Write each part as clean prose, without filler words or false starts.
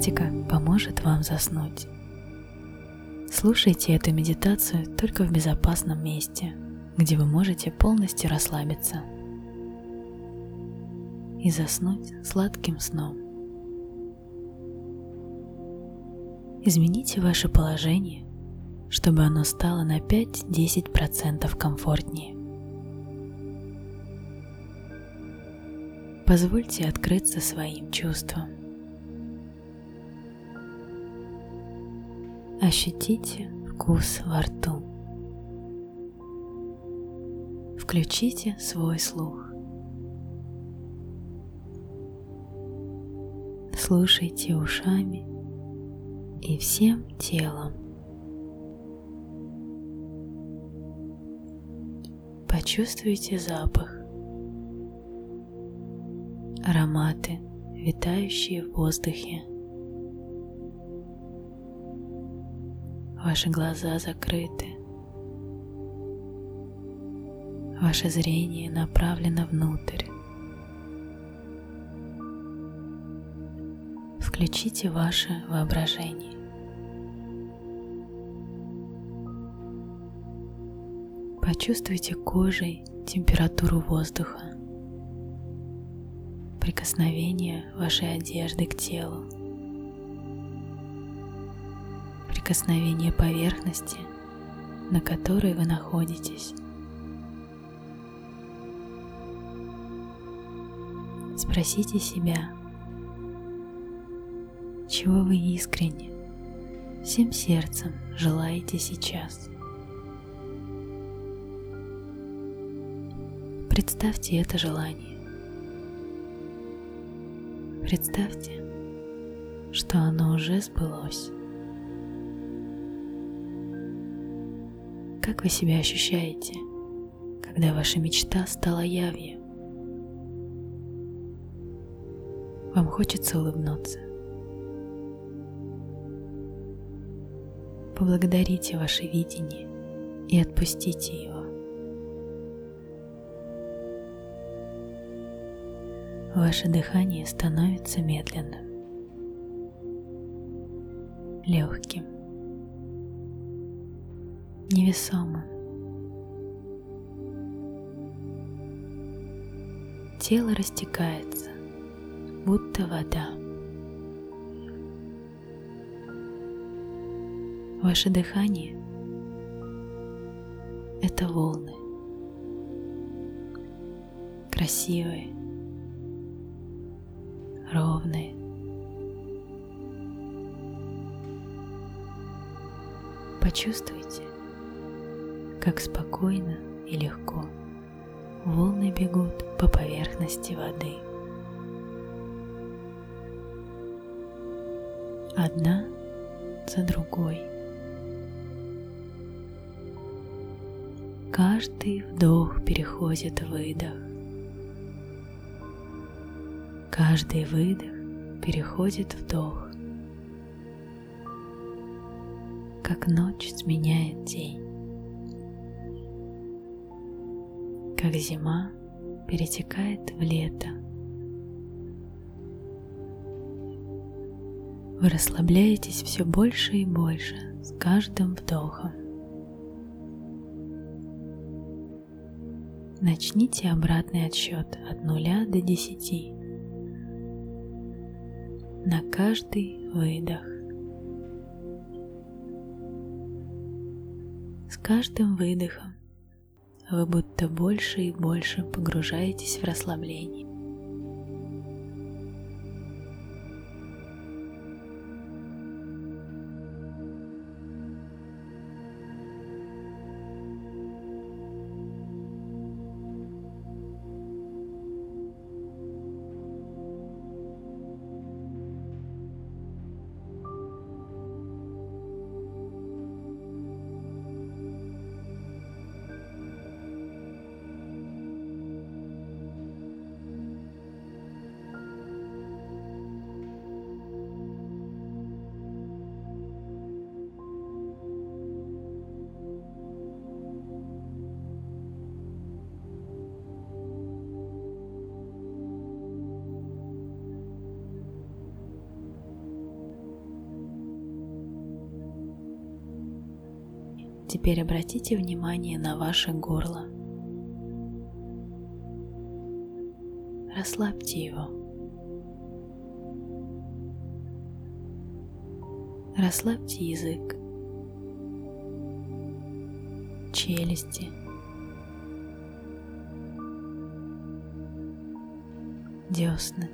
практика поможет вам заснуть. Слушайте эту медитацию только в безопасном месте, где вы можете полностью расслабиться и заснуть сладким сном. Измените ваше положение, чтобы оно стало на 5-10% комфортнее. Позвольте открыться своим чувствам. Ощутите вкус во рту. Включите свой слух. Слушайте ушами и всем телом. Почувствуйте запах, ароматы, витающие в воздухе. Ваши глаза закрыты. Ваше зрение направлено внутрь. Включите ваше воображение. Почувствуйте кожей температуру воздуха, прикосновение вашей одежды к телу, прикосновение поверхности, на которой вы находитесь. Спросите себя, чего вы искренне, всем сердцем желаете сейчас. Представьте это желание. Представьте, что оно уже сбылось. Как вы себя ощущаете, когда ваша мечта стала явью? Вам хочется улыбнуться. Поблагодарите ваше видение и отпустите его. Ваше дыхание становится медленным, легким, невесомым. Тело растекается, будто вода. Ваше дыхание — это волны, красивые, ровные. Почувствуйте, как спокойно и легко волны бегут по поверхности воды. Одна за другой. Каждый вдох переходит в выдох. Каждый выдох переходит в вдох. Как ночь сменяет день. Как зима перетекает в лето. Вы расслабляетесь все больше и больше с каждым вдохом. Начните обратный отсчет от 0 до 10. На каждый выдох. С каждым выдохом вы будто больше и больше погружаетесь в расслабление. теперь обратите внимание на ваше горло. Расслабьте его. Расслабьте язык, челюсти, десны,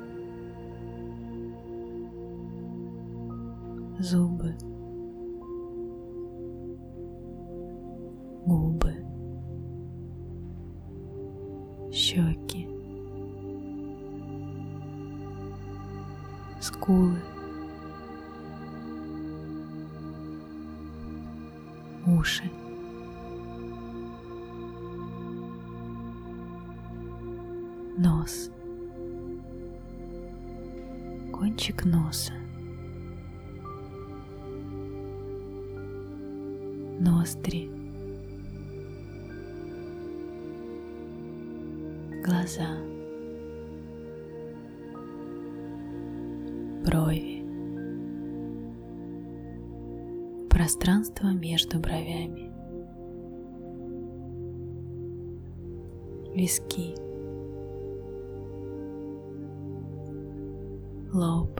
зубы, губы, щеки, скулы, уши, нос, кончик носа, ноздри, глаза, брови, пространство между бровями, виски, лоб,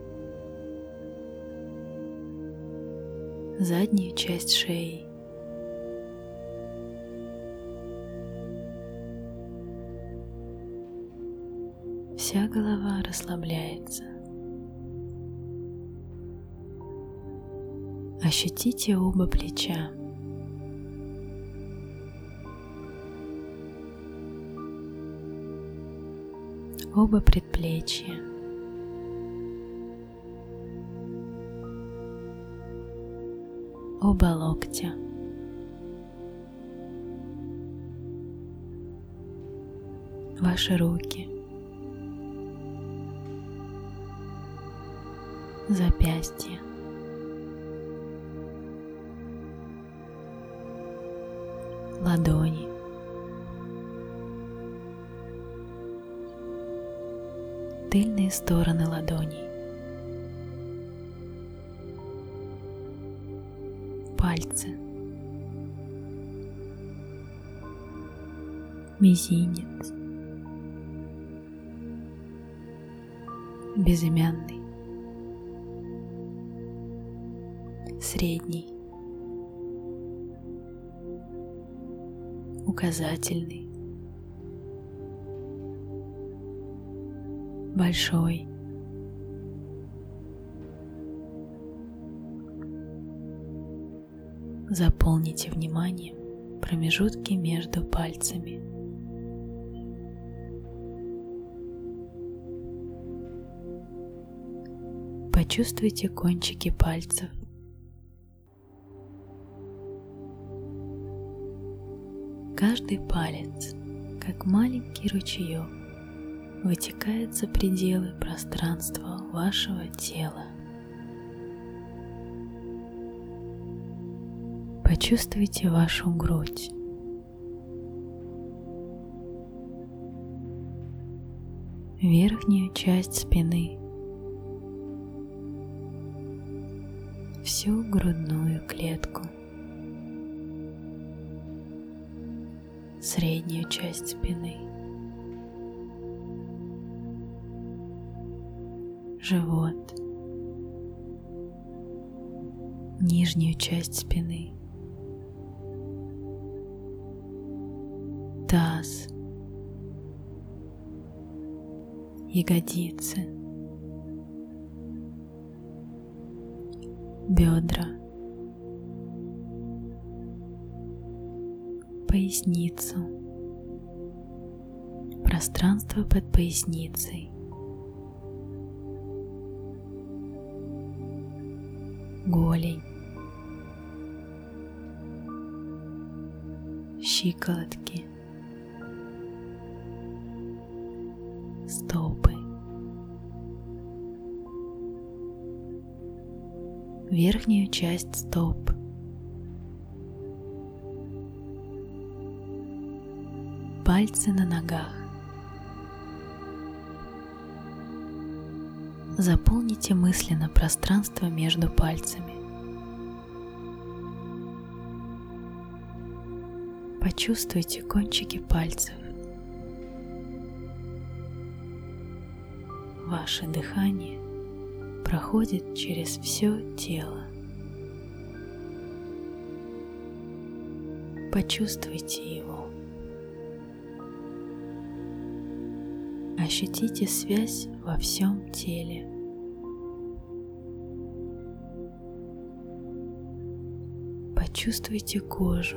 заднюю часть шеи, вся голова расслабляется. Ощутите оба плеча. Оба предплечья. Оба локтя. Ваши руки. Запястья. Ладони. Тыльные стороны ладоней. Пальцы. Мизинец. Безымянный. Средний. Указательный. Большой. Заполните вниманием промежутки между пальцами. Почувствуйте кончики пальцев. Каждый палец, как маленький ручеек, вытекает за пределы пространства вашего тела. Почувствуйте вашу грудь. Верхнюю часть спины, всю грудную клетку, среднюю часть спины, живот, нижнюю часть спины, таз, ягодицы, бедра, поясницу, пространство под поясницей, голень, щиколотки, стопы, верхнюю часть стоп, пальцы на ногах. Заполните мысленно пространство между пальцами. Почувствуйте кончики пальцев. Ваше дыхание проходит через все тело. Почувствуйте его. Ощутите связь во всем теле. Почувствуйте кожу.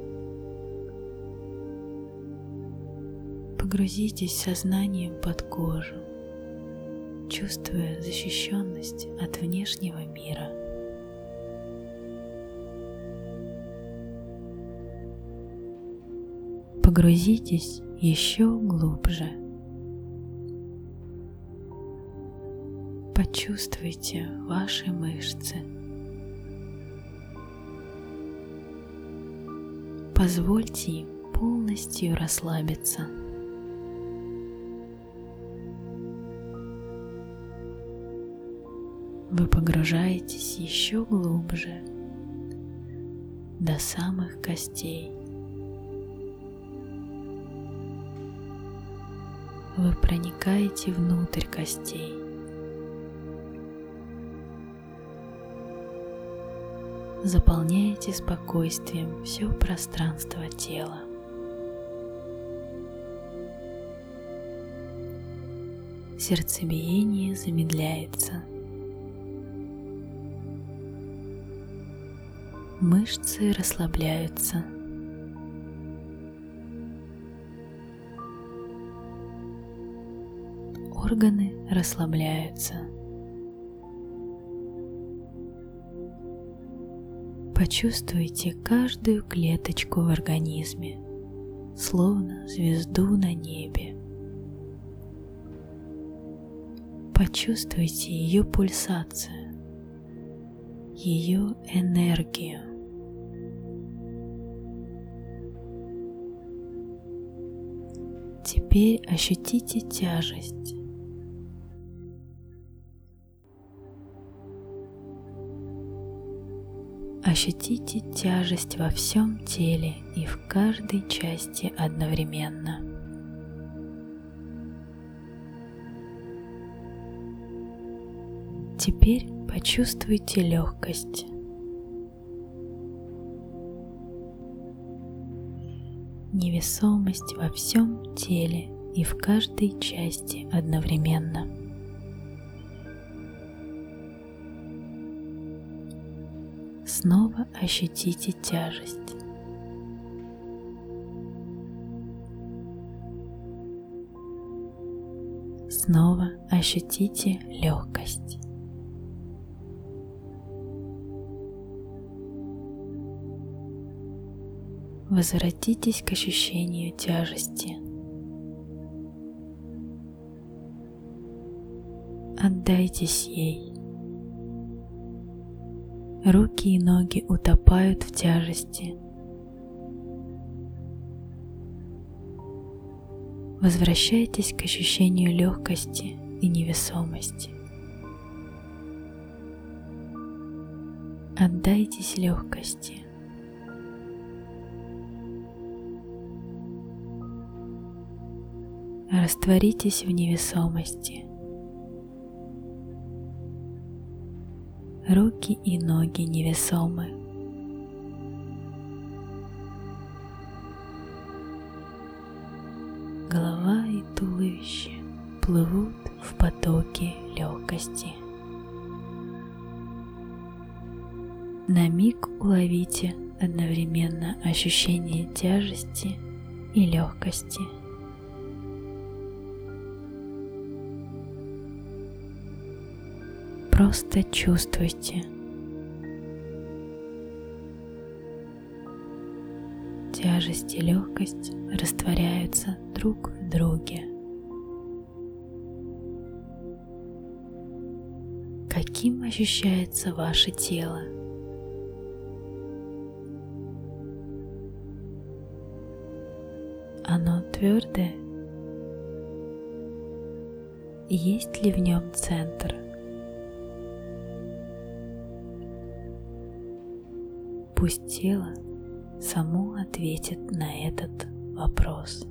Погрузитесь сознанием под кожу, чувствуя защищенность от внешнего мира. Погрузитесь еще глубже. Почувствуйте ваши мышцы. Позвольте им полностью расслабиться. Вы погружаетесь еще глубже, до самых костей. Вы проникаете внутрь костей. Заполняете спокойствием все пространство тела. Сердцебиение замедляется. Мышцы расслабляются. Органы расслабляются. Почувствуйте каждую клеточку в организме, словно звезду на небе. Почувствуйте ее пульсацию, ее энергию. Теперь ощутите тяжесть. Ощутите тяжесть во всем теле и в каждой части одновременно. Теперь почувствуйте легкость. Невесомость во всем теле и в каждой части одновременно. Снова ощутите тяжесть. Снова ощутите легкость. Возвратитесь к ощущению тяжести. Отдайтесь ей. Руки и ноги утопают в тяжести. Возвращайтесь к ощущению легкости и невесомости. Отдайтесь легкости. Растворитесь в невесомости. Руки и ноги невесомы. Голова и туловище плывут в потоке легкости. На миг уловите одновременно ощущение тяжести и легкости. Просто чувствуйте. Тяжесть и легкость растворяются друг в друге. Каким ощущается ваше тело? Оно твердое? Есть ли в нем центр? Пусть тело само ответит на этот вопрос.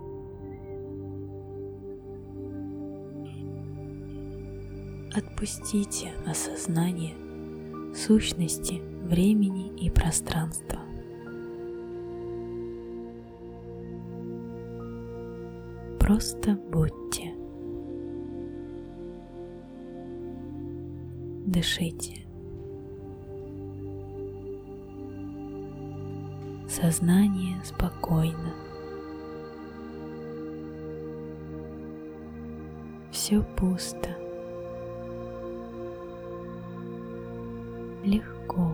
Отпустите осознание сущности времени и пространства. Просто будьте. Дышите. Сознание спокойно. Все пусто. Легко.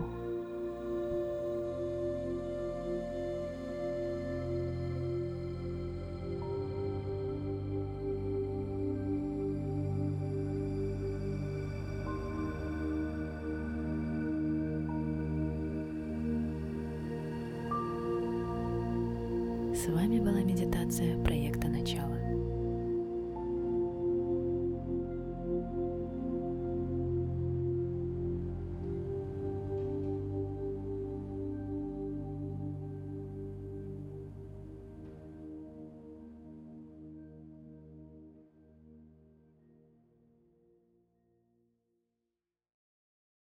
С вами была медитация проекта «Начало».